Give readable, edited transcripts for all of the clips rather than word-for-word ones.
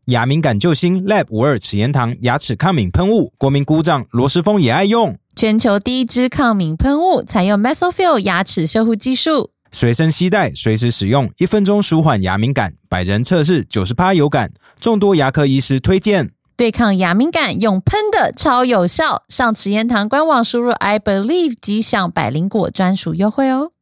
牙敏感救星 Lab 52齿延堂牙齿抗敏喷雾，国民股长罗时丰也爱用。 全球第一支抗敏喷雾，采用 Mesofill 牙齿修护技术， 随身携带，随时使用，1分钟舒缓牙敏感，100人测试 90% 有感，众多牙科医师推荐。 对抗牙敏感用喷的超有效，上齿延堂官网输入 I believe 即享百灵果专属优惠哦。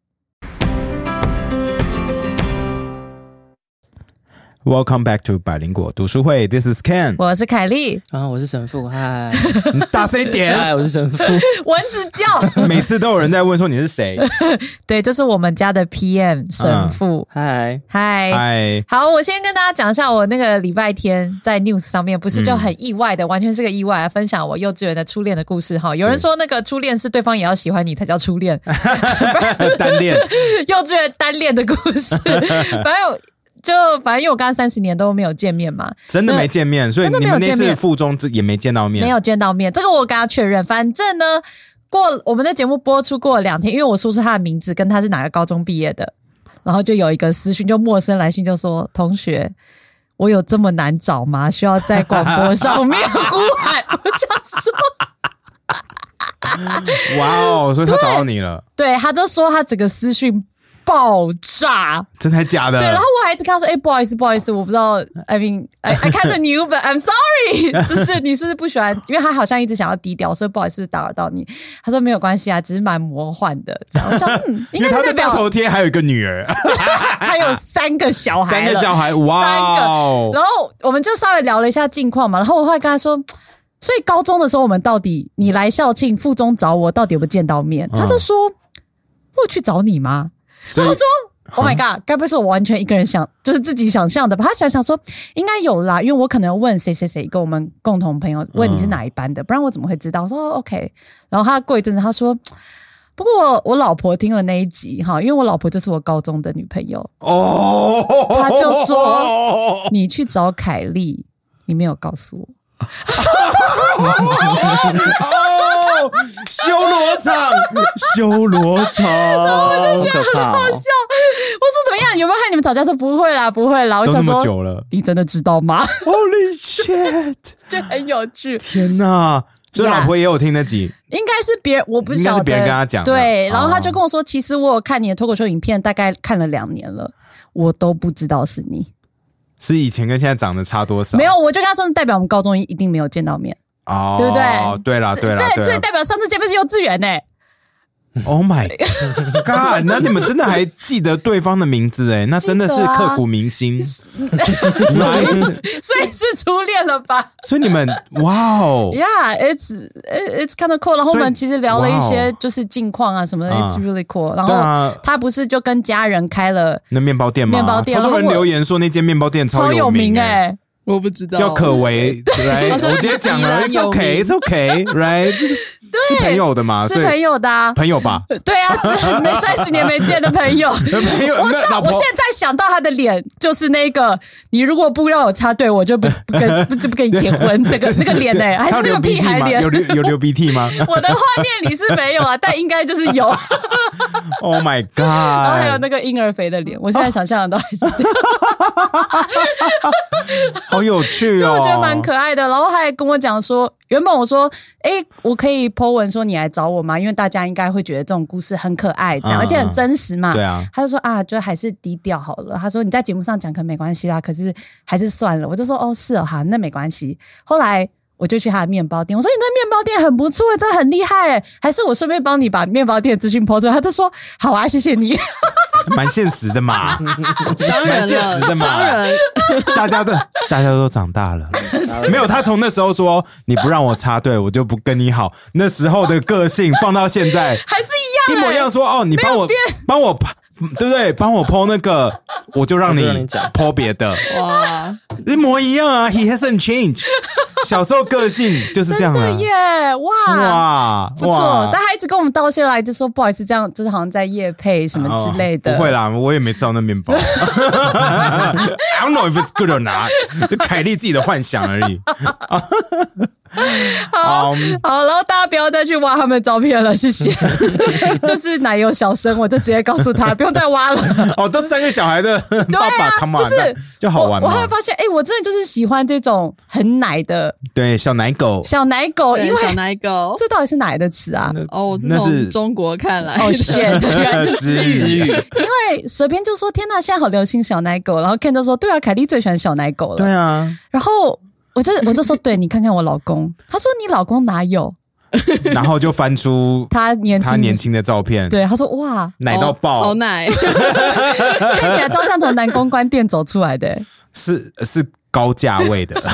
Welcome back to 百灵果读书会 This is Ken 我是凯莉我是神父嗨你大声一点嗨我是神父蚊子叫每次都有人在问说你是谁对，这是我们家的 PM 神父嗨嗨好，我先跟大家讲一下我那个礼拜天在 news 上面不是就很意外的完全是个意外分享我幼稚园的初恋的故事有人说那个初恋是对方也要喜欢你才叫初恋单恋幼稚园单恋的故事反正因为我刚刚30年都没有见面嘛， 真的没见面，所以你们那次附中也没见到面， 没有见到面，这个我跟他确认。反正呢，我们的节目播出过了2天，因为我说出他的名字跟他是哪个高中毕业的，然后就有一个私讯，就陌生来信就说：“同学，我有这么难找吗？需要在广播上面呼喊？”我想说，哇哦，所以他找到你了。 对，他就说他整个私讯爆炸， 真的假的？ 对，然后我还一直跟他说：“不好意思，我不知道 I kind of knew, but I'm sorry。”就是你是不是不喜欢？因为他好像一直想要低调，所以不好意思打扰到你。他说没有关系啊，只是蛮魔幻的。这样我想，应该是因为他的大头贴还有一个女儿， 还有3个小孩 ，3个小孩，哇哦！ 然后我们就稍微聊了一下近况嘛，然后我后来跟他说。所以高中的时候，我们到底你来校庆，附中找我，到底有没有见到面？他就说：“我有去找你吗？”然后我说 ：“Oh my god， 该不会是我完全一个人想，就是自己想象的吧？”他想说应该有啦，因为我可能问谁跟我们共同朋友问你是哪一班的，不然我怎么会知道？我说 OK。然后他过一阵子他说：“不过我老婆听了那一集哈，因为我老婆就是我高中的女朋友哦，他就说你去找凯莉，你没有告诉我。” 修罗场， 我就觉得很好笑。我说怎么样？有没有害你们吵架？说不会啦。我想说，都那么久了，你真的知道吗 ？Holy shit， 就很有趣。 天哪！所以老婆也有听那集， 应该是别人，我不晓得，应该是别人跟他讲。 对，然后他就跟我说，其实我有看你的脱口秀影片，大概看了2年了，我都不知道是你。 是以前跟现在长得差多少？ 没有，我就跟他说，代表我们高中一定没有见到面，哦，对不对？ 对啦， 所以代表上次见面是幼稚园呢。 Oh my god！ 那你们真的还记得对方的名字那真的是刻骨铭心，所以是初恋了吧？ 所以你们哇哦 ，Yeah，it's kind of cool。然后我们其实聊了一些就是近况啊什么的，It's really cool。然后他不是就跟家人开了那面包店吗？超多人留言说那间面包店超有名我不知道叫可为，right？ 我直接讲了 ，It's okay， right？ 是朋友的嘛？ 是朋友的朋友吧？ 对啊，是30年没见的朋友。我现在想到他的脸，就是那个你如果不让我插队，我就不跟你结婚。那个脸还是那个屁孩脸？ 有流鼻涕吗？ 我的画面里是没有啊，但应该就是有。 Oh my god！ 然后还有那个婴儿肥的脸，我现在想象的都还是这样。 好有趣哦！ 就我觉得蛮可爱的。然后他还跟我讲说，原本我说，我可以 po 文说你来找我吗？因为大家应该会觉得这种故事很可爱，这样而且很真实嘛。 对啊。 他就说就还是低调好了。他说你在节目上讲可能没关系啦，可是还是算了。我就说是哦，好，那没关系。后来我就去他的面包店，我说你的面包店很不错，真的很厉害还是我顺便帮你把面包店的资讯 po 出来。他就说好啊，谢谢你。 蛮现实的嘛， 商人了，商人， 大家都长大了。没有，他从那时候说你不让我插队，我就不跟你好。那时候的个性放到现在还是一样， 一模一样。说你帮我，对不对？帮我 po 那个，我就让你 po 别的。哇，一模一样啊 ，He hasn't changed。小时候个性就是这样啊！ 真的耶，哇，不错。但他一直跟我们道歉来，就说不好意思，这样就是好像在业配什么之类的。 不会啦，我也没吃到那面包。I don't know if it's good or not， 就凯莉自己的幻想而已。 好，然后大家不要再去挖他们的照片了，谢谢。就是奶油小生，我就直接告诉他，不用再挖了。 哦，都3个小孩的爸爸 ，come on， 不是就好玩吗？ 我会发现，我真的就是喜欢这种很奶的， 对，小奶狗， 因为小奶狗， 这到底是哪来的词啊？ 哦，这从中国看来， shit，原来是之语。因为蛇边就说：“天哪，现在好流行小奶狗。”然后 Ken 就说：“对啊，凯莉最喜欢小奶狗了。” 对啊， 然后我就说：“对，你看看我老公。”他说：“你老公哪有？” 然后就翻出他年轻的照片， 对，他说：“哇， 奶到爆， 好奶， 看起来超像从南公关店走出来的， 是高价位的，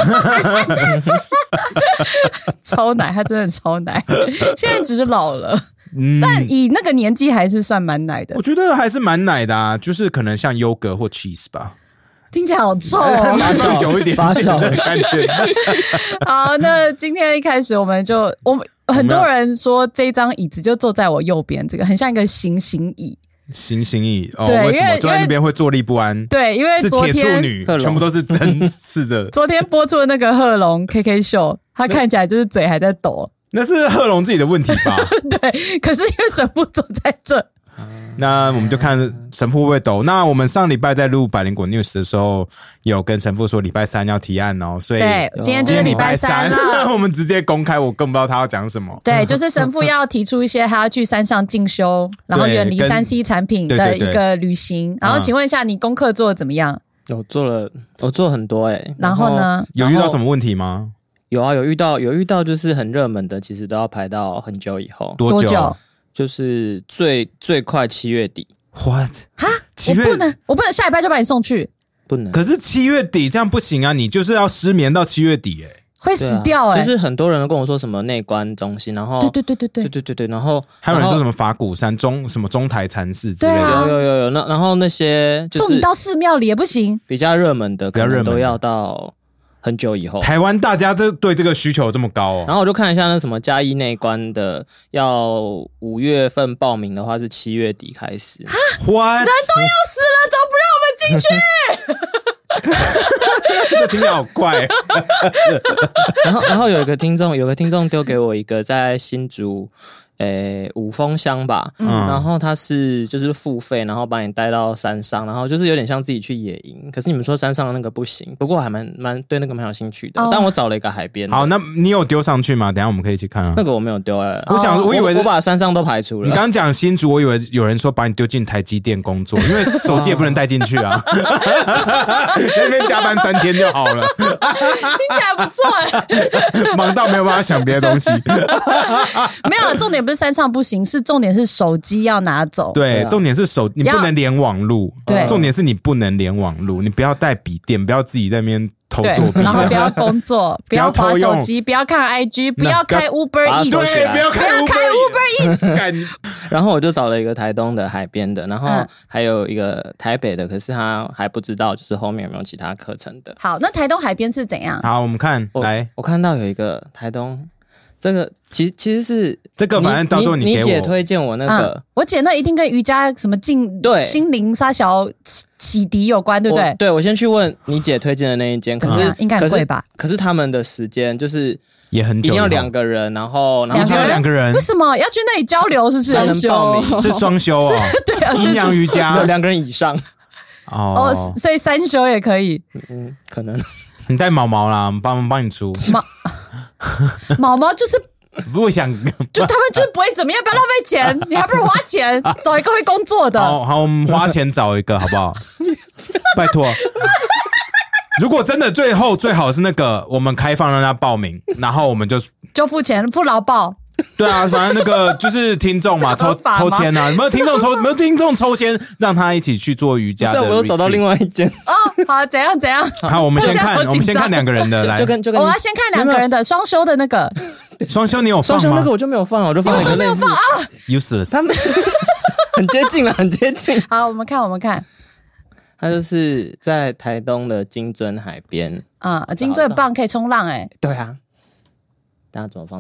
超奶，他真的超奶，现在只是老了。”但以那个年纪还是算蛮奶的， 我觉得还是蛮奶的啊，就是可能像优格或 cheese 吧， 听起来好臭哦， 有一点发酵的感觉。 好，那今天一开始我们很多人说这张椅子就坐在我右边，这个很像一个行刑椅。 行刑椅哦， 对， 为什么坐在那边会坐立不安？ 对，因为昨天是铁处女，全部都是针刺的。 昨天播出的那个贺龙 KK 秀，他看起来就是嘴还在抖。 那是贺龙自己的问题吧？ 对，可是因为神父坐在这， 那我们就看神父会不会抖。那我们上礼拜在录百灵果 news 的时候，有跟神父说礼拜3要提案哦，所以对，今天就是礼拜3了。 我们直接公开，我更不知道他要讲什么。 对，就是神父要提出一些他要去山上进修，然后远离3C 产品的一个旅行。然后请问一下，你功课做的怎么样？ 我做很多然后呢？ 有遇到什么问题吗？ 有啊，有遇到就是很热门的，其实都要排到很久以后。 多久？ 就是最快7月底。 What？ 哈，我不能下礼拜就把你送去， 不能。 可是7月底这样不行啊，你就是要失眠到7月底会死掉就是很多人都跟我说什么内观中心，然后对，然后还有人说什么法鼓山什么中台禅寺之类的， 有，然后那些就是送你到寺庙里也不行， 比较热门的可能都要到很久以后。 台湾大家对这个需求这么高哦。 然后我就看一下那什么嘉义内观的，要5月份报名的话是7月底开始。 What？ 人都要死了，怎么不让我们进去？ 这听起来好怪。 然后有一个听众丢给我一个在新竹五峰乡吧，然后他就是付费，然后把你带到山上，然后就是有点像自己去野营。可是你们说山上的那个不行，不过我还蛮对那个蛮有兴趣的。但我找了一个海边的。 好，那你有丢上去吗？等一下我们可以一起看啊。 那个我没有丢我以为我把山上都排除了。 你刚刚讲新竹，我以为有人说把你丢进台积电工作，因为手机也不能带进去啊。在那边加班3天就好了， 听起来不错忙到没有办法想别的东西。 没有，重点不是山上不行，重点是手机要拿走。 对，重点是你不能连网路。 对， 重点是你不能连网路，你不要带笔电，不要自己在那边偷作弊， 然后不要工作，不要滑手机，不要看 IG， 不要开 Uber Eats， 对，不要开 Uber Eats。 然后我就找了一个台东的海边的，然后还有一个台北的，可是他还不知道就是后面有没有其他课程的。 好，那台东海边是怎样？ 好，我们看来， 我看到有一个台东。这个其实是这个，反正到时候你姐推荐我那个， 我姐那一定跟瑜伽什么心灵沙小启迪有关，对不对？ 对，我先去问你姐推荐的那一间，可是应该很贵吧？ 可是他们的时间就是也很久， 一定要2个人，然后一定要2个人， 为什么要去那里交流？是不是双休？ 是双休哦， 对， 阴阳瑜伽有2个人以上哦，所以3休也可以， 可能你带毛毛啦，我们帮你出。 毛毛就是不想， 就他们就是不会怎么样，不要浪费钱，你还不如花钱找一个会工作的。 好，我们花钱找一个好不好？拜托。如果真的最后最好是那个，我们开放让他报名，然后我们就付钱付劳保。 对啊，反正那个就是听众嘛，抽签啊，没有听众抽签，让他一起去做瑜伽的。 是，我又找到另外一间哦。好，怎样？ 好，我们先看2个人的，来， 就跟我要先看2个人的双休的那个。 双休你有放吗？ 双休那个我就没有放，我就放了一个类似。 没有放啊 ，useless。 他们很接近了，很接近。 好，我们看。 他就是在台东的金樽海边。 金樽棒可以冲浪哎。 对啊。大家怎么放大？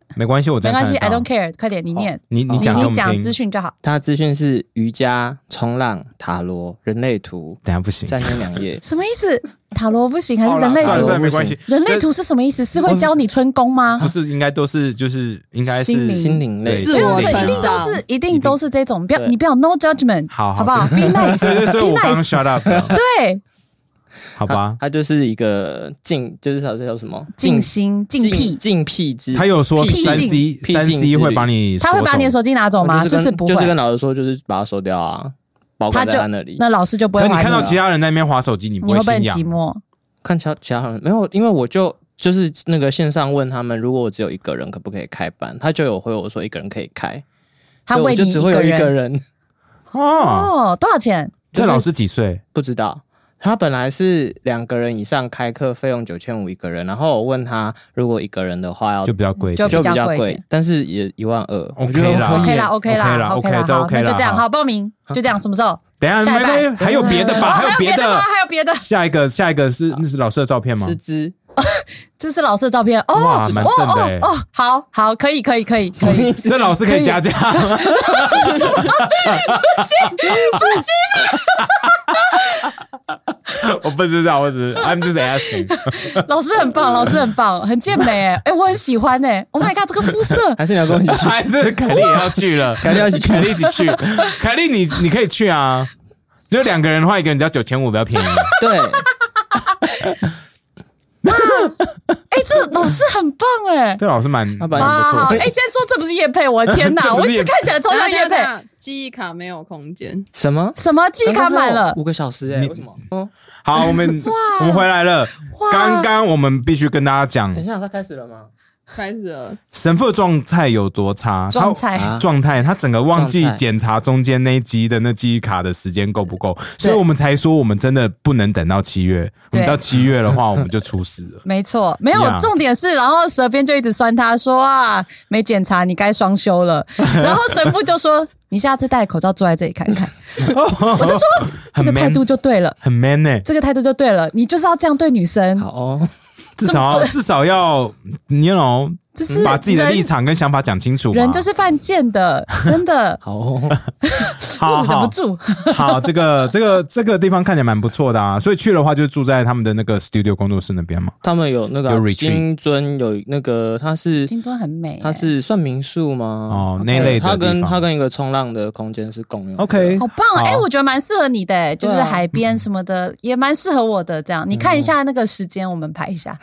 没关系，我没关系 ，I don't care， 快点，你念， 你讲资讯就好。 他的资讯是瑜伽、冲浪、塔罗、人类图。 等下不行， 3天2夜， 什么意思？塔罗不行还是人类图？ 算了，没关系。 人类图是什么意思？是会教你春宫吗？ 不是，应该都是就是应该是心灵类， 自我成长， 一定都是这种。你不要 no judgment， 好不好 ？Be nice， 所以我刚刚 shut up。 对。 好吧， 它就是一个就是叫什么静心静僻之。 他有说3C 会把你， 他会把你的手机拿走吗？就是不会， 就是跟老师说，就是把它收掉啊，保管在他那里。 那老师就不会。 可你看到其他人在那边滑手机，你会心痒？ 寂寞？ 看其他人没有，因为我就是那个线上问他们，如果我只有一个人可不可以开班，他就有回我说一个人可以开， 他为你就只会有一个人。 哦，多少钱？ 这老师几岁？ 不知道。他本来是2个人以上开课费用9500一个人，然后我问他如果1个人的话就比较贵， 就比较贵， 但是也12000，我觉得 OK 啦， OK 啦，好，那就这样，好，报名就这样，什么时候？ 等一下，还有别的吧？还有别的吗？ 还有别的？ 下一个是那是老师的照片吗？ 师资。 这是老师的照片哦， 哇，蛮正的哦，好，可以， 这老师可以加价吗？ 不行我不知道，我只是 I'm just asking。 老师很棒，很健美哎，我很喜欢哎 ，Oh my god， 这个肤色， 还是你要跟我一起去？ 还是凯莉也要去了？凯莉一起去，凯莉你可以去啊，就2个人的话，1个人只要9500，比较便宜。 对。 这老师很棒哎， 这老师蛮不错。 先说这不是业配，我的天哪，我一直看起来超像业配。 记忆卡没有空间， 什么记忆卡满了 5个小时为什么？ 好，我们回来了。刚刚我们必须跟大家讲， 等一下，他开始了吗？ 开始了。 神父的状态有多差？状态，他整个忘记检查中间那一集的那记忆卡的时间够不够，所以我们才说我们真的不能等到7月。我们到7月的话，我们就出事了。 没错，没有重点是，然后舌边就一直酸他说啊，没检查，你该双休了。然后神父就说，你下次戴口罩坐在这里看看。我就说这个态度就对了， 很 man 呢， 这个态度就对了，你就是要这样对女生。 好哦。 至少要就是把自己的立场跟想法讲清楚嘛。 人就是犯贱的，真的。 好， 忍不住。 好，这个地方看起来蛮不错的啊，所以去的话就住在他们的那个 studio 工作室那边嘛。 他们有那个金樽，有那个金樽很美， 它是算民宿吗？ 哦，那类的地方。 它跟一个冲浪的空间是共用的。 OK， 好棒啊！我觉得蛮适合你的，就是海边什么的也蛮适合我的。这样，你看一下那个时间，我们排一下。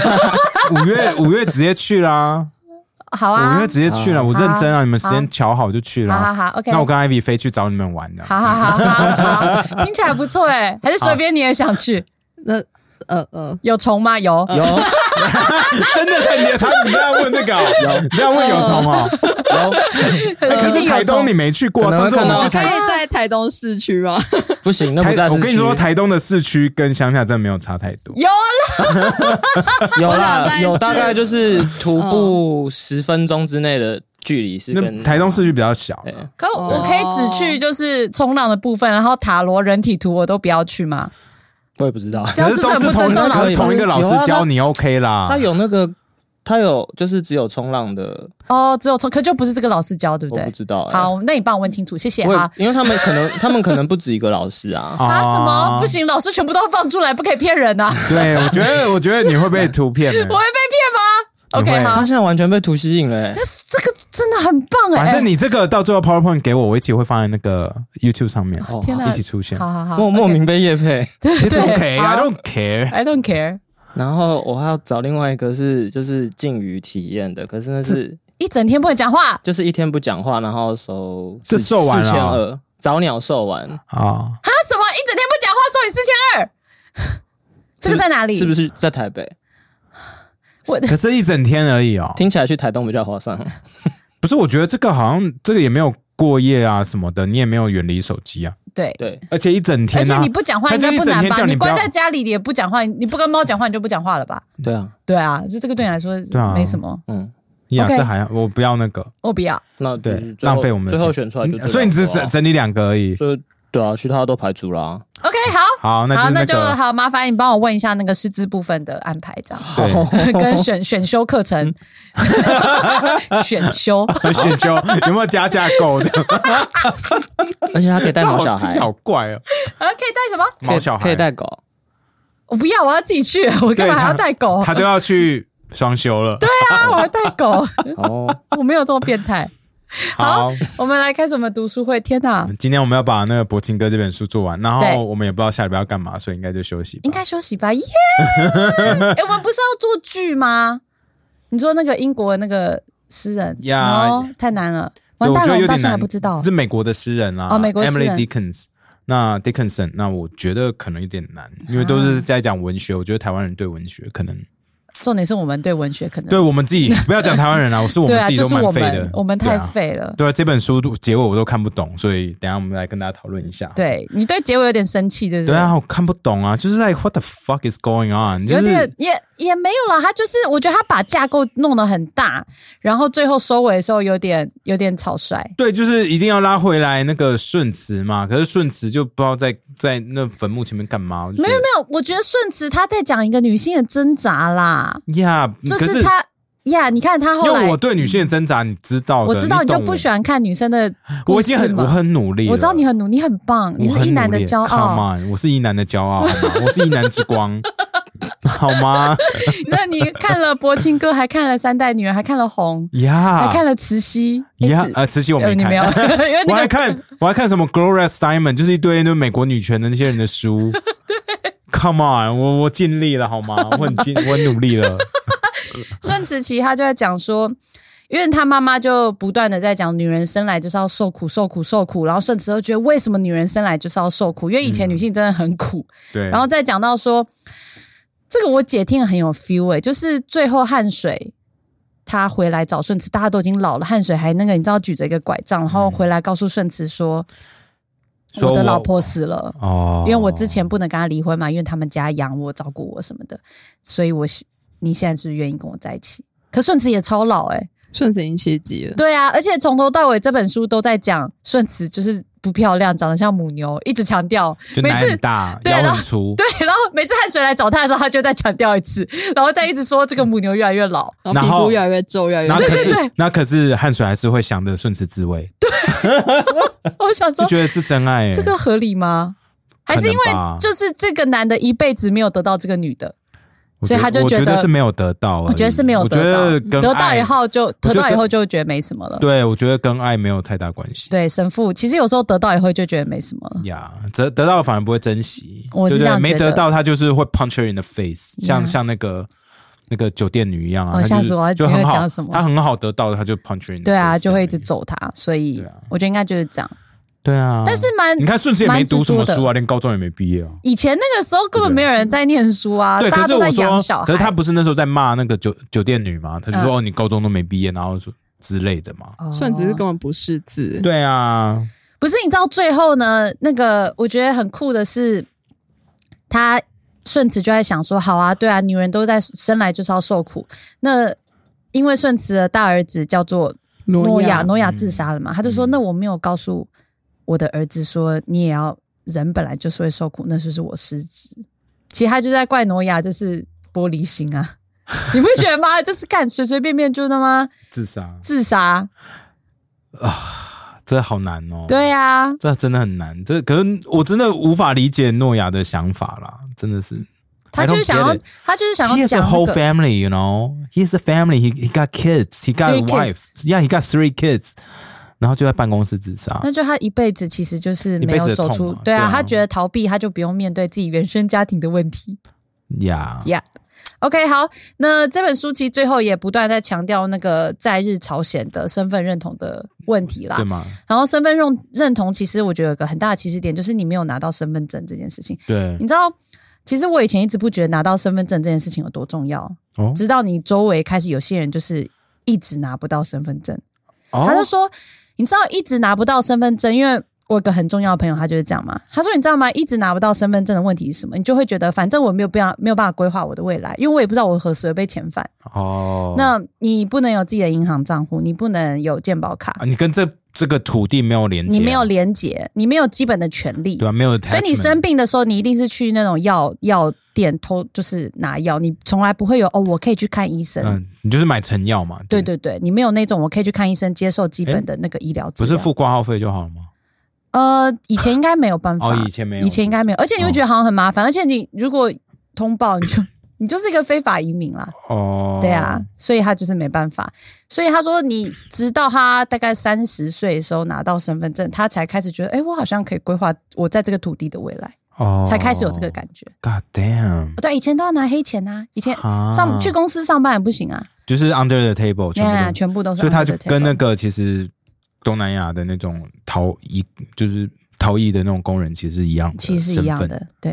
5月直接去啦。 好啊 ，5月直接去了，我认真啊，你们时间瞧好就去了。 好 ，OK。 那我跟 Ivy 飞去找你们玩的。 好，听起来不错哎，还是随便你也想去？有虫吗？有。 真的，你不要问这个，你不要问有虫哦。可是台东你没去过， 我可以在台东市区吗？ 不行，那不在市区。 我跟你说，台东的市区跟乡下真的没有差太多。 有大概就是徒步10分钟之内的距离是跟台东市区比较小。 可我可以只去就是冲浪的部分，然后塔罗人体图我都不要去吗？ 我也不知道， 这样是很不尊重老师。 同一个老师教你 OK 啦。 他有就是只有冲浪的只有可就不是这个老师教，对不对？ 我不知道。 好，那你帮我问清楚，谢谢哈。 因为他们可能不止一个老师啊。 什么不行？老师全部都要放出来，不可以骗人啊。 对，我觉得你会被图骗的。 我会被骗吗？OK， 好， 他现在完全被图吸引了。 这个真的很棒哎！ 反正你这个到最后 PowerPoint 给我一起会放在那个 YouTube 上面， 天哪， 一起出现。 好， 莫名被业配。 It's okay, I don't care。 然后我还要找另外一个就是禁语体验的，可是那是一整天不能讲话， 就是1天不讲话，然后收完了4200，早鸟售完啊！什么一整天不讲话收你4200？这个在哪里？ 是不是在台北？ 可是一整天而已哦， 听起来去台东比较划算。 不是，我觉得这个好像这个也没有过夜啊什么的，你也没有远离手机啊。 对， 而且一整天， 而且你不讲话应该不难吧？你关在家里也不讲话，你不跟猫讲话，你就不讲话了吧？ 对啊， 就这个对你来说没什么。 这还我不要那个， 我不要。 那对，浪费我们的最后选出来就， 所以你只整理2个而已。 所以对啊，其他都排除啦。 OK， 好，那就好，麻烦你帮我问一下那个师资部分的安排，这样跟选修课程，选修有没有加价购这样？ 而且他可以带毛小孩， 好怪哦。 可以带什么？ 毛小孩可以带狗。 我不要，我要自己去，我干嘛还要带狗？ 他都要去双休了。 对啊，我要带狗。我没有这么变态。好，我们来开始我们读书会。天哪！ 今天我们要把那个《柏青哥》这本书做完，然后我们也不知道下礼拜要干嘛，所以应该就休息吧。 应该休息吧？耶！我们不是要做剧吗？你说那个英国的那个诗人呀，太难了，完蛋了，我到现在还不知道。 是美国的诗人啦， 美国诗人 Emily Dickinson。那 Dickinson， 那我觉得可能有点难，因为都是在讲文学。我觉得台湾人对文学可能。 重点是我们对文学可能对我们自己不要讲台湾人啊，是我们自己都蛮废的， 我们太废了。 对啊，这本书结尾我都看不懂，所以等一下我们来跟大家讨论一下。 对你对结尾有点生气，对不对？ 对啊，我看不懂啊，就是在 What the fuck is going on？ 有点也没有啦，他就是我觉得他把架构弄得很大，然后最后收尾的时候有点草率。 对，就是一定要拉回来那个顺慈嘛，可是顺慈就不知道在那坟墓前面干嘛。 没有，我觉得顺慈他在讲一个女性的挣扎啦。 呀， 就是他呀，你看他后来， 因为我对女性的挣扎，你知道的， 我知道你就不喜欢看女生的故事嘛。 我很努力了， 我知道你很努力，你很棒，你是一男的骄傲。 Come on， 我是一男的骄傲，好吗？我是一男之光，好吗？ 那你看了《柏青哥》，还看了《三代女人》，还看了《红》 呀， 还看了《慈禧》 呀，慈禧我没看， 你没有， 我还看什么 Gloria Steinem， 就是一堆那美国女权的那些人的书。Come on， 我尽力了好吗？我很努力了。 顺慈其他就在讲说，因为他妈妈就不断的在讲女人生来就是要受苦，然后顺慈就觉得为什么女人生来就是要受苦，因为以前女性真的很苦。 对， 然后再讲到说，这个我姐听了很有 feel 就是最后汉水他回来找顺慈，大家都已经老了，汉水还那个你知道举着一个拐杖，然后回来告诉顺慈说。我的老婆死了因为我之前不能跟他离婚嘛，因为他们家养我照顾我什么的，所以你现在是愿意跟我在一起。可顺慈也超老顺慈已经7集了。 对啊，而且从头到尾这本书都在讲顺慈就是不漂亮，长得像母牛，一直强调， 就奶很大，腰很粗。 对，然后每次汉水来找他的时候，他就再强调一次，然后再一直说这个母牛越来越老， 然后皮肤越来越皱，越来越对。 那可是汉水还是会想着顺慈自慰。 对，我想说， 就觉得是真爱这个合理吗？还是因为就是这个男的一辈子没有得到这个女的？所以他就觉得是没有得到， 我觉得是没有得到，得到以后就觉得没什么了。 对，我觉得跟爱没有太大关系。 对，神父其实有时候得到以后就觉得没什么了。 呀，得到反而不会珍惜， 我是这样觉得。 没得到他就是会 punch her in the face， 像那个酒店女一样啊。 吓死我！就很好， 他很好得到的，他就 punch her in the face。 对啊，就会一直揍他，所以我觉得应该就是这样。 对啊， 但是你看顺慈也没读什么书啊，连高中也没毕业啊。 以前那个时候根本没有人在念书啊， 对， 大家都在养小孩。 可是他不是那时候在骂那个酒店女嘛？他就说你高中都没毕业，然后说之类的嘛。 顺慈是根本不识字。 对啊， 不是你知道最后呢？那个我觉得很酷的是，他顺慈就在想说，好啊，对啊，女人都在生来就是要受苦。那因为顺慈的大儿子叫做诺亚自杀了嘛，他就说那我没有告诉我的儿子说你也要，人本来就是会受苦，那就是我失职。其实他就在怪诺亚就是玻璃心啊，你不觉得吗？就是干随随便便就他妈自杀啊，这好难哦。 对啊， 这真的很难。可是我真的无法理解诺亚的想法啦，真的是。 他就是想要讲、 He has a whole family, you know. He's a family. He got kids. He got a wife. Yeah, he got 3 kids. 然后就在办公室自杀， 那就他一辈子其实就是没有走出，对啊，他觉得逃避他就不用面对自己原生家庭的问题。OK， 好，那这本书其实最后也不断在强调那个在日朝鲜的身份认同的问题啦， 对吗？ 然后身份认同其实我觉得有个很大的起始点，就是你没有拿到身份证这件事情。 对， 你知道，其实我以前一直不觉得拿到身份证这件事情有多重要，直到你周围开始有些人就是一直拿不到身份证，他就说。你知道一直拿不到身份证，因为我有个很重要的朋友，他就是这样嘛。他说：“你知道吗？一直拿不到身份证的问题是什么？你就会觉得，反正我没有办法规划我的未来，因为我也不知道我何时会被遣返。那你不能有自己的银行账户，你不能有健保卡， 你跟这这个土地没有连结， 你没有连结，你没有基本的权利， 对啊，没有。 所以你生病的时候，你一定是去那种药店就是拿药，你从来不会有我可以去看医生。 你就是买成药嘛。 对，你没有那种我可以去看医生，接受基本的那个医疗治疗。 不是付挂号费就好了吗？ 以前应该没有办法。 以前没有， 以前应该没有，而且你会觉得好像很麻烦，而且你如果通报，你就是一个非法移民啦。对啊，所以他就是没办法。所以他说，你直到他大概30岁的时候拿到身份证，他才开始觉得，我好像可以规划我在这个土地的未来。才开始有这个感觉。 God damn！ 对，以前都要拿黑钱啊，以前去公司上班也不行啊， 就是 under the table， 全部都是。 所以他就跟那个其实东南亚的那种逃逸的那种工人其实是一样的， 其实是一样的。对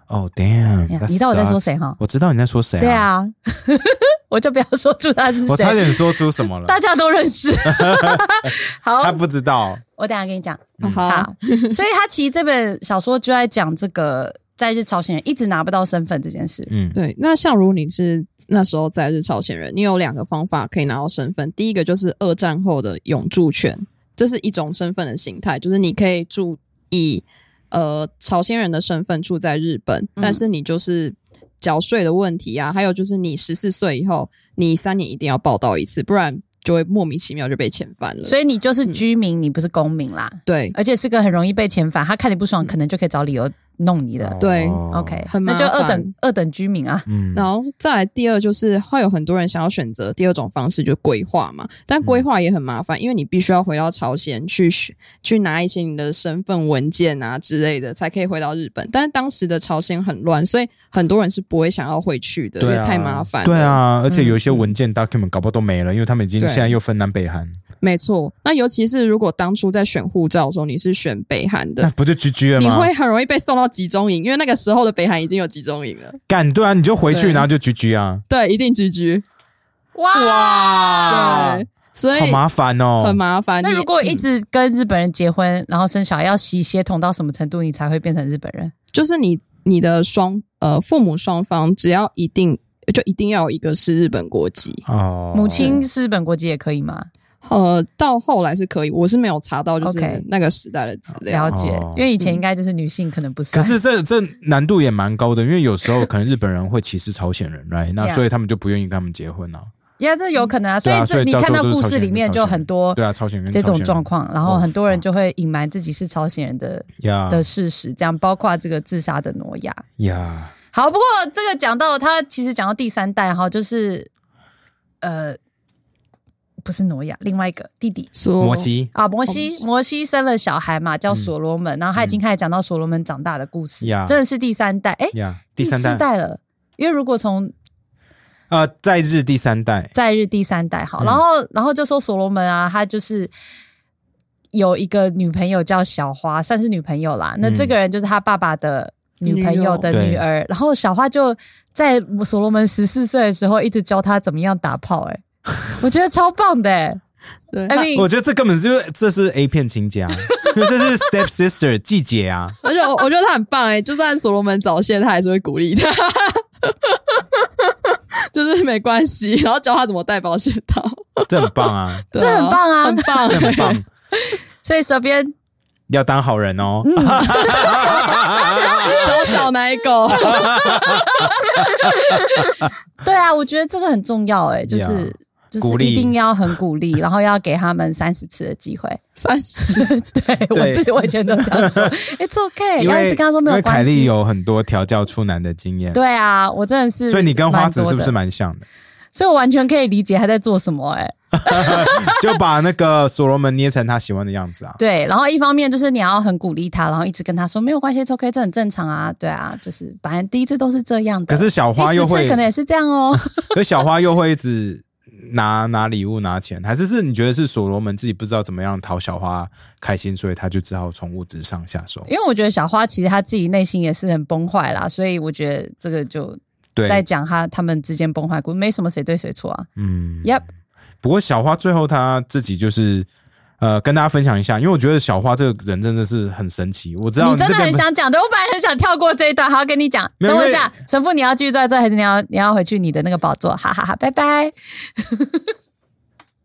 damn！ 你知道我在说谁哈？ 我知道你在说谁。 对啊，我就不要说出他是谁。 我差点说出什么了， 大家都认识。好， 他不知道。 我等一下跟你讲。好，所以他其实这本小说就在讲这个在日朝鲜人一直拿不到身份这件事。 对。那像如你是那时候在日朝鲜人，你有2个方法可以拿到身份。第一个就是2战后的永住权，这是一种身份的形态，就是你可以以朝鲜人的身份住在日本，但是你就是缴税的问题啊，还有就是你14岁以后，你3年一定要报到一次，不然就会莫名其妙就被遣返了。 所以你就是居民，你不是公民啦。 对， 而且是个很容易被遣返，他看你不爽，可能就可以找理由弄你的。 对 ，OK， 很麻烦， 那就二等居民啊。 然后再来第二就是会有很多人想要选择第2种方式，就是规划嘛。但规划也很麻烦，因为你必须要回到朝鲜去拿一些你的身份文件啊之类的，才可以回到日本。但是当时的朝鲜很乱，所以很多人是不会想要回去的，因为太麻烦了。 对啊，而且有一些文件 document 搞不好都没了，因为他们已经现在又分南北韩。 没错，那尤其是如果当初在选护照的时候你是选北韩的， 那不就 GG 了吗？ 你会很容易被送到集中营，因为那个时候的北韩已经有集中营了。 对啊，你就回去然后就 GG 啊。 对，一定 GG。 哇， 对，所以好麻烦哦， 很麻烦。 那如果一直跟日本人结婚，然后生小孩，要协同到什么程度你才会变成日本人？ 就是你的父母双方只要一定要有一个是日本国籍。 母亲是日本国籍也可以吗？ 到后来是可以，我是没有查到就是那个时代的资料。 了解，因为以前应该就是女性可能不是。 可是这难度也蛮高的，因为有时候可能日本人会歧视朝鲜人，right？ 那所以他们就不愿意跟他们结婚啊。 这有可能啊，所以你看到故事里面就很多朝鲜人这种状况，然后很多人就会隐瞒自己是朝鲜人的事实，这样包括这个自杀的挪亚。好，不过这个讲到他其实讲到第3代哈，就是不是挪亚，另外一个弟弟摩西啊，摩西生了小孩嘛，叫所罗门，然后他已经开始讲到所罗门长大的故事，真的是第3代，第4代了，因为如果从在日第3 代，好，然后就说所罗门啊，他就是有一个女朋友叫小花，算是女朋友啦，那这个人就是他爸爸的女朋友的女儿，然后小花就在所罗门14岁的时候一直教他怎么样打炮，我觉得超棒的。 对， 我觉得这根本这是 A 片情节啊，因为这是 step sister 季姐啊， 而且我觉得他很棒就算所罗门早泄，他还是会鼓励他，就是没关系，然后教他怎么戴保险套， 这很棒啊， 这很棒啊， 很棒， 很棒。 所以手边要当好人哦， 找小奶狗。 对啊，我觉得这个很重要就是一定要很鼓励，然后要给他们30次的机会。 30， 对，我以前都这样说。It's okay， 要一直跟他说没有关系。 因为凯莉有很多调教处男的经验。 对啊，我真的是。 所以你跟花子是不是蛮像的？ 所以我完全可以理解他在做什么就把那个所罗门捏成他喜欢的样子啊。 对，然后一方面就是你要很鼓励他，然后一直跟他说没有关系 ，It's OK， 这很正常啊。对啊，就是反正第一次都是这样的。 可是小花又会， 第10次可能也是这样哦。 可是小花又会一直拿礼物拿钱，还是你觉得是所罗门自己不知道怎么样讨小花开心，所以他就只好从物质上下手？ 因为我觉得小花其实他自己内心也是很崩坏啦，所以我觉得这个就在讲他们之间崩坏故事，没什么谁对谁错啊。Yep。 不过小花最后他自己就是跟大家分享一下，因为我觉得小花这个人真的是很神奇。我知道你真的很想讲的，我本来很想跳过这一段，好跟你讲。等我一下，神父你要继续坐在这，还是你要回去你的那个宝座？哈哈哈，拜拜。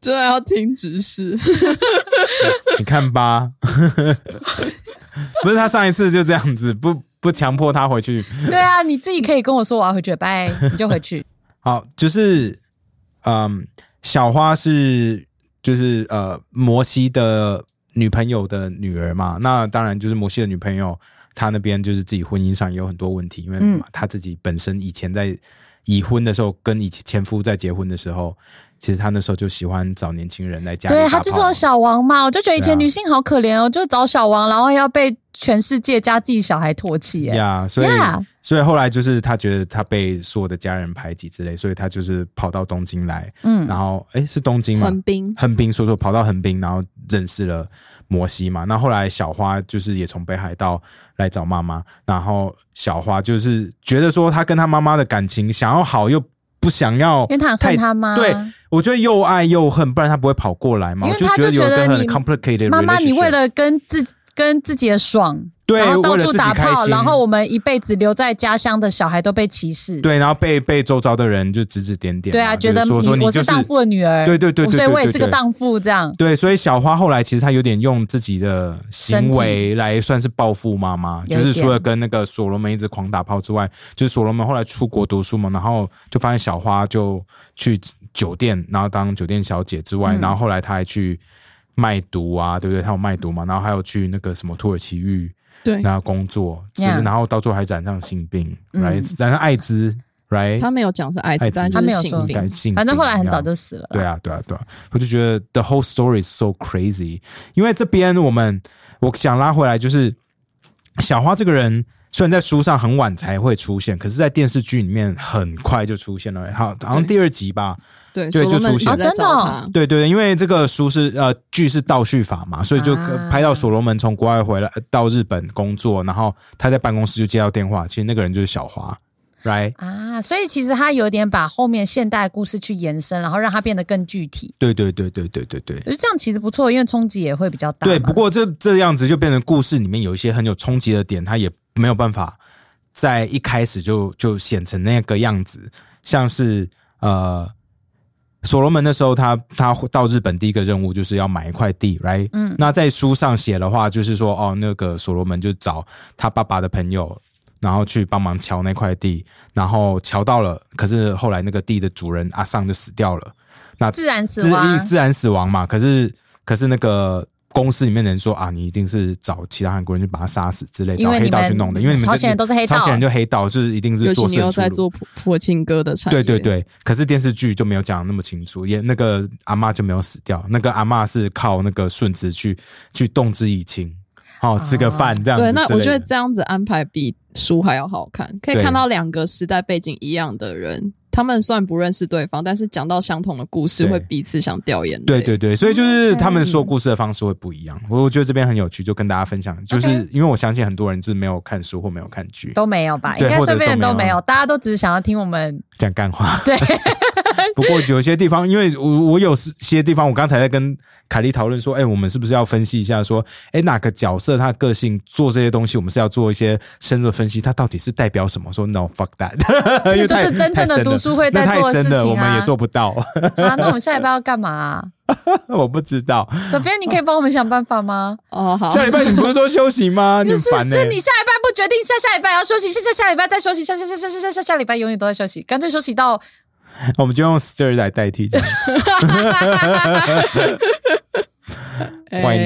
真的要听指示。 你看吧，不是他上一次就这样子，不强迫他回去。 对啊，你自己可以跟我说我要回去，拜，你就回去。 好，就是小花是就是摩西的女朋友的女儿嘛，那当然就是摩西的女朋友，她那边就是自己婚姻上也有很多问题，因为她自己本身以前在已婚的时候，跟以前前夫在结婚的时候，其实她那时候就喜欢找年轻人来家里打炮。 对，她就是有小王嘛，我就觉得以前女性好可怜哦，就找小王，然后要被全世界加自己小孩唾弃耶。 所以后来就是她觉得她被所有的家人排挤之类，所以她就是跑到东京来，然后是东京吗？横滨，说跑到横滨，然后认识了摩西嘛。那后来小花就是也从北海道来找妈妈，然后小花就是觉得说她跟她妈妈的感情想要好又不想要， 因为她很恨她妈。 对，我觉得又爱又恨，不然她不会跑过来嘛。 因为她就觉得你 complicated 妈妈，你为了跟自己的爽。 对， 然后到处打炮， 然后我们一辈子留在家乡的小孩都被歧视。 对，然后被周遭的人就指指点点。 对啊，觉得我是荡妇的女儿。 对， 所以我也是个荡妇这样。 对，所以小花后来其实她有点用自己的行为来算是报复妈妈，就是除了跟那个所罗门一直狂打炮之外，就是所罗门后来出国读书嘛，然后就发现小花就去酒店，然后当酒店小姐之外，然后后来她还去卖毒啊，对不对？她有卖毒嘛，然后还有去那个什么土耳其浴。 对， 然后工作，然后到最后还染上性病，染上艾滋，right？ 他没有讲是艾滋，但就是性病， 反正后来很早就死了。 对啊，我就觉得 the whole story is so crazy。因为这边我想拉回来，就是小花这个人，虽然在书上很晚才会出现，可是在电视剧里面很快就出现了，好像第2集吧。 对， 就出现真的， 对，因为这个书是剧是倒叙法嘛，所以就拍到所罗门从国外回来到日本工作，然后他在办公室就接到电话，其实那个人就是小花 ，right？ 啊，所以其实他有点把后面现代的故事去延伸，然后让它变得更具体。对，我觉得这样其实不错，因为冲击也会比较大。 对，不过这样子就变成故事里面有一些很有冲击的点，他也没有办法在一开始就显成那个样子，像是所罗门的时候，他到日本第一个任务就是要买一块地 ，right？那在书上写的话，就是说那个所罗门就找他爸爸的朋友，然后去帮忙敲那块地，然后敲到了，可是后来那个地的主人阿桑就死掉了，那自然死亡嘛。可是那个公司里面的人说你一定是找其他韩国人去把他杀死之类，找黑道去弄的，因为你们朝鲜人都是黑道， 朝鲜人就黑道，就是一定是做尤其你又在做破庆歌的产业， 对。可是电视剧就没有讲那么清楚，也那个阿嬷就没有死掉，那个阿嬷是靠那个顺子去动之以情，吃个饭这样子。 对，那我觉得这样子安排比书还要好看，可以看到2个时代背景一样的人。他们虽然不认识对方，但是讲到相同的故事会彼此想掉眼泪。 对，所以就是他们说故事的方式会不一样。我觉得这边很有趣，就跟大家分享。就是因为我相信很多人是没有看书或没有看剧， 都没有吧？应该身边人都没有，大家都只是想要听我们讲干话。 对。 不过有些地方，因为我有些地方，我刚才在跟凯莉讨论说，我们是不是要分析一下说，哪个角色他的个性做这些东西，我们是要做一些深入的分析，他到底是代表什么？说 no fuck that， 这就是真正的读书会在做的事情啊， 我们也做不到。 那我们下礼拜要干嘛我不知道。 小编，你可以帮我们想办法吗？ 好。 下礼拜你不是说休息吗？ 就是你下礼拜不决定，下礼拜要休息，下礼拜再休息，下礼拜永远都在休息，干脆休息到。 我们就用 stir 来代替这样子。Why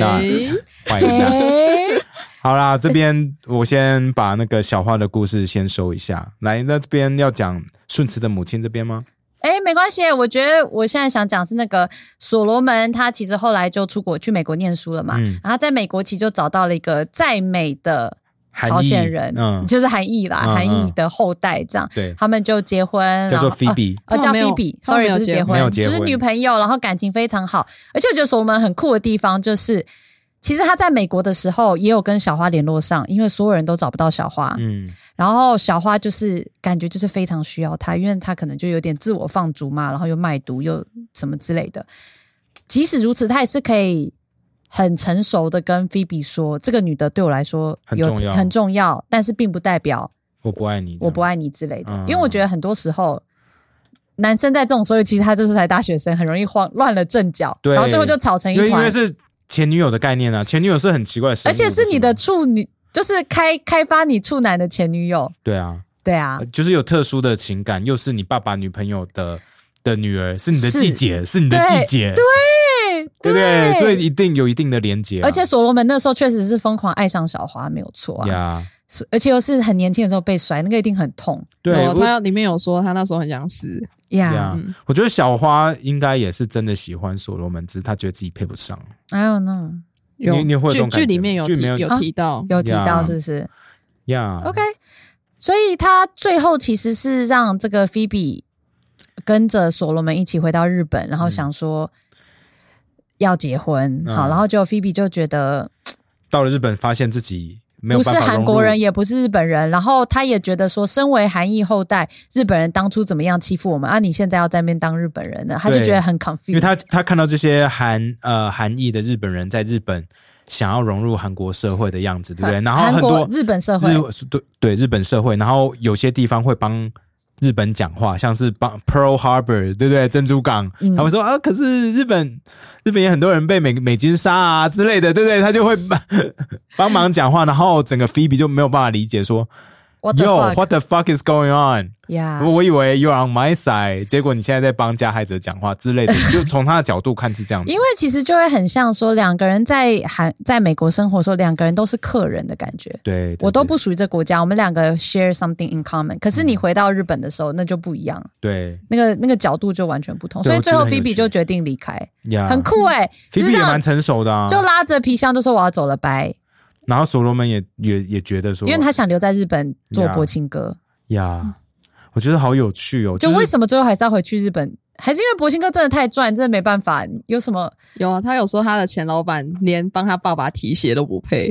not？ 好啦，这边我先把那个小花的故事先收一下。来，那这边要讲顺慈的母亲这边吗？ 没关系，我觉得我现在想讲是那个所罗门，他其实后来就出国去美国念书了嘛，然后在美国其实就找到了一个在美的朝鲜人，就是韩裔啦，韩裔的后代这样， 对， 他们就结婚， 叫做 Phoebe， 叫 Phoebe，sorry， 不是结婚，就是女朋友，然后感情非常好，而且我觉得所罗门很酷的地方就是，其实他在美国的时候也有跟小花联络上，因为所有人都找不到小花，然后小花就是感觉就是非常需要他，因为他可能就有点自我放逐嘛，然后又卖毒又什么之类的，即使如此，他也是可以很成熟的跟 Phoebe 说，这个女的对我来说很重要，但是并不代表我不爱你， 我不爱你之类的。因为我觉得很多时候男生在这种时候，其实他这是才大学生，很容易乱了阵脚， 对， 然后最后就吵成一团。 因为是前女友的概念啊，前女友是很奇怪的生物， 而且是你的处女，就是开发你处男的前女友。 对啊， 对啊， 就是有特殊的情感，又是你爸爸女朋友的女儿，是你的季姐，是你的季姐，对不对？所以一定有一定的连结、啊。 而且所罗门那时候确实是疯狂爱上小花，没有错啊。而且又是很年轻的时候被甩，那个一定很痛。 对， 他里面有说他那时候很想死。 我觉得小花应该也是真的喜欢所罗门，只是他觉得自己配不上。 I don't know， 你会有这种感觉？ 剧里面有提到， 是不是 ？OK， 所以他最后其实是让这个菲比跟着所罗门一起回到日本，然后想说要结婚，好，然后就菲比就觉得到了日本发现自己没有办法融入，不是韩国人，也不是日本人，然后他也觉得说，身为韩裔后代，日本人当初怎么样欺负我们啊？你现在要在那边当日本人了，他就觉得很 confused， 因为他看到这些韩裔的日本人在日本想要融入韩国社会的样子，对不对？然后很多日本社会， 对日本社会，然后有些地方会帮日本讲话，像是帮 Pearl Harbor， 对不对？珍珠港，他会说啊，可是日本也很多人被美军杀啊之类的，对不对？他就会帮忙讲话，然后整个 Phoebe 就没有办法理解说 what the fuck is going on？ Yeah， 我以为 you're on my side， 结果你现在在帮加害者讲话之类的，就从他的角度看是这样子。 因为其实就会很像说两个人在美国生活的时候，两个人都是客人的感觉。 对， 我都不属于这国家，我们两个 share something in common。可是你回到日本的时候，那就不一样。 对， 那个角度就完全不同。所以最后 Phoebe 就决定离开，很酷 Phoebe 也蛮成熟的啊， 就拉着皮箱就说我要走了，拜。 然后所罗门也觉得说， 因为他想留在日本做柏青哥。 我觉得好有趣哦！ 就为什么最后还是要回去日本？还是因为柏青哥真的太赚，真的没办法。有什么？ 有啊，他有说他的前老板连帮他爸爸提鞋都不配。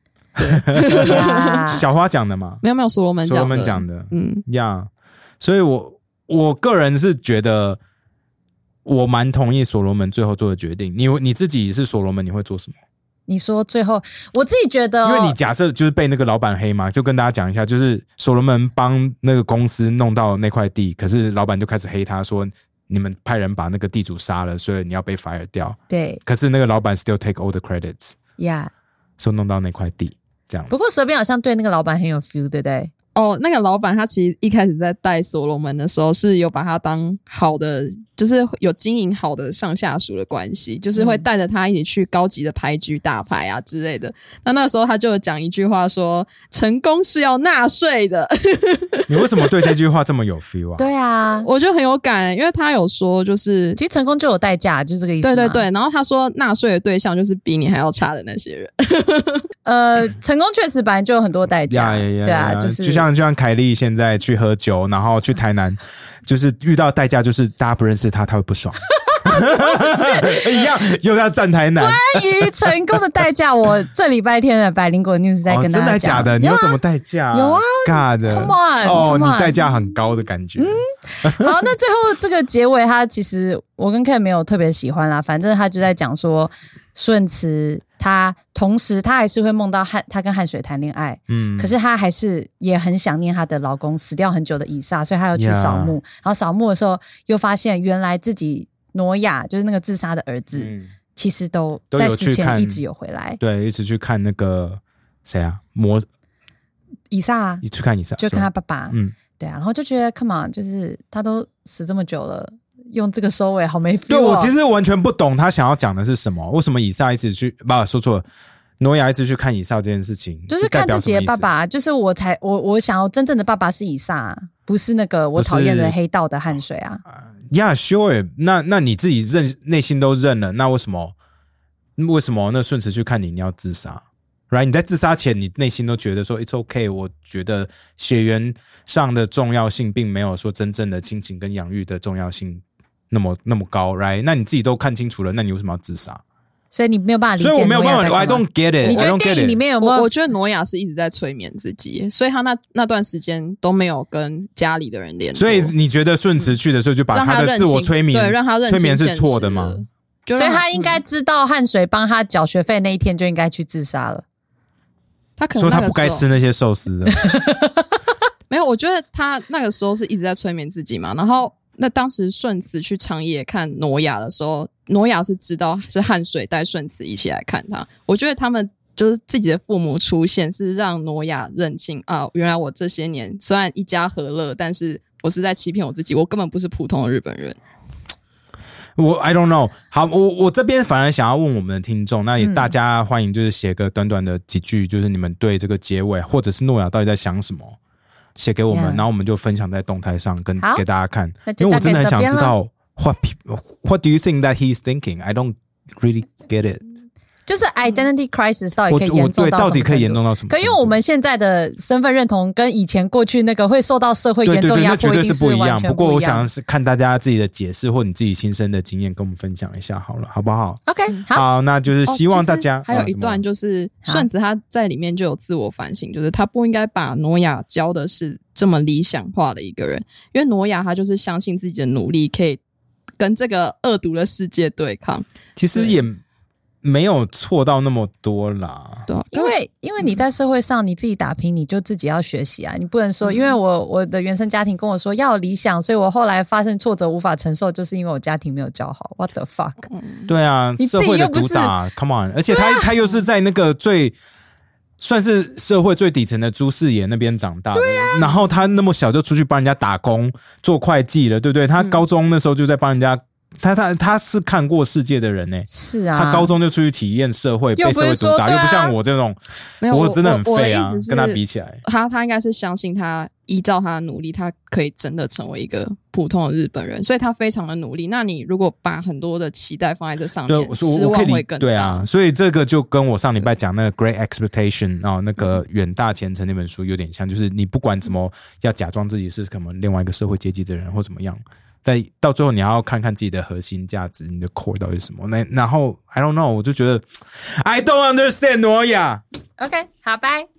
小花讲的吗？ 没有，所罗门讲的。所以我个人是觉得我蛮同意所罗门最后做的决定。你自己是所罗门，你会做什么？ 你说最后，我自己觉得， 因为你假设就是被那个老板黑嘛，就跟大家讲一下，就是所罗门帮那个公司弄到那块地，可是老板就开始黑他说，你们派人把那个地主杀了，所以你要被 fire 掉。 对， 可是那个老板 still take all the credits， 所以弄到那块地这样。 不过蛇边好像对那个老板很有 feel， 对不对？ 那个老板他其实一开始在带所罗门的时候是有把他当好的，就是有经营好的上下属的关系，就是会带着他一起去高级的牌局打牌啊之类的。那时候他就有讲一句话说，成功是要纳税的。 你为什么对这句话这么有 feel 啊？ 对啊， 我就很有感，因为他有说就是其实成功就有代价，就是这个意思。 对，然后他说纳税的对象就是比你还要差的那些人。 成功确实本来就有很多代价，对啊， 就像凯莉现在去喝酒，然后去台南，就是遇到代价就是大家不认识他会不爽。一样又要站台南。 关于成功的代价，我这礼拜天的百灵果 news 在跟大家讲。 真的假的？你有什么代价？ 有啊 ，God， Come on， 你代价很高的感觉。 好，那最后这个结尾，他其实我跟 Ken 没有特别喜欢啦，反正他就在讲说，顺慈他同时他还是会梦到他跟汉水谈恋爱，可是他还是也很想念他的老公死掉很久的以撒，所以他要去扫墓，然后扫墓的时候又发现原来自己挪亚就是那个自杀的儿子，其实都在死前一直有回来， 对，一直去看那个谁啊， 以撒啊， 去看以撒， 就看他爸爸，对啊，然后就觉得 come on， 就是他都死这么久了，用这个收尾好没 feel。 对，我其实完全不懂他想要讲的是什么，为什么以撒一直去，说错了，挪亚一直去看以撒这件事情， 就是看自己的爸爸，就是我想要真正的爸爸是以撒，不是那个我讨厌的黑道的汗水啊。 Yeah, sure。那你自己内心都认了，那为什么那顺慈去看你要自杀 ？Right？ 你在自杀前，你内心都觉得说 It's okay。我觉得血缘上的重要性，并没有说真正的亲情跟养育的重要性那么高 ，Right？ 那你自己都看清楚了，那你为什么要自杀？ 所以你没有办法理解， 所以我没有办法 ，I don't get it。 你觉得电影里面有没有？ 我觉得挪亚是一直在催眠自己，所以他那段时间都没有跟家里的人联络。 所以你觉得顺慈去的时候就把他的自我催眠， 对，让他认清催眠是错的吗？ 所以他应该知道汗水帮他缴学费那一天就应该去自杀了。 他可能说他不该吃那些寿司的。 没有，我觉得他那个时候是一直在催眠自己嘛，然后那当时顺慈去长野看挪亚的时候，挪亚是知道是汉水带顺慈一起来看他。我觉得他们就是自己的父母出现，是让挪亚认清啊，原来我这些年虽然一家和乐，但是我是在欺骗我自己，我根本不是普通的日本人。 I don't know。好，我这边反而想要问我们的听众，那也大家欢迎就是写个短短的几句，就是你们对这个结尾或者是诺亚到底在想什么，写给我们，然后我们就分享在动态上跟给大家看，因为我真的很想知道 what do you think that he's thinking? I don't really get it。 就是 identity crisis 到底可以严重到什么程度？ 到底可以严重到什么程度？ 可因为我们现在的身份认同跟以前过去那个会受到社会严重压迫， 对，那绝对是不一样。 不过我想是看大家自己的解释或你自己亲身的经验跟我们分享一下好了，好不好 ？OK， 好，那就是希望大家。 还有一段就是顺子他在里面就有自我反省，就是他不应该把挪亚教的是这么理想化的一个人，因为挪亚他就是相信自己的努力可以跟这个恶毒的世界对抗。 其实也没有错到那么多啦， 对，因为你在社会上你自己打拼，你就自己要学习啊，你不能说因为我的原生家庭跟我说要有理想，所以我后来发生挫折无法承受，就是因为我家庭没有教好。What the fuck？ 对啊，社会的毒打 ，Come on！ 而且他又是在那个算是社会最底层的朱四爷那边长大的，然后他那么小就出去帮人家打工做会计了，对不对？他高中那时候就在帮人家。他是看过世界的人呢， 是啊， 他高中就出去体验社会，被社会毒打，又不像我这种，我真的很废啊，跟他比起来， 他应该是相信他依照他的努力，他可以真的成为一个普通的日本人，所以他非常的努力。那你如果把很多的期待放在这上面，失望会更大。 对啊，所以这个就跟我上礼拜讲那个 Great Expectation 那个远大前程那本书有点像，就是你不管怎么要假装自己是可能另外一个社会阶级的人或怎么样。但到最后你要看看自己的核心价值，你的 core 到底是什么。然后 I don't know， 我就觉得 I don't understand 挪亚。 OK， 好，拜。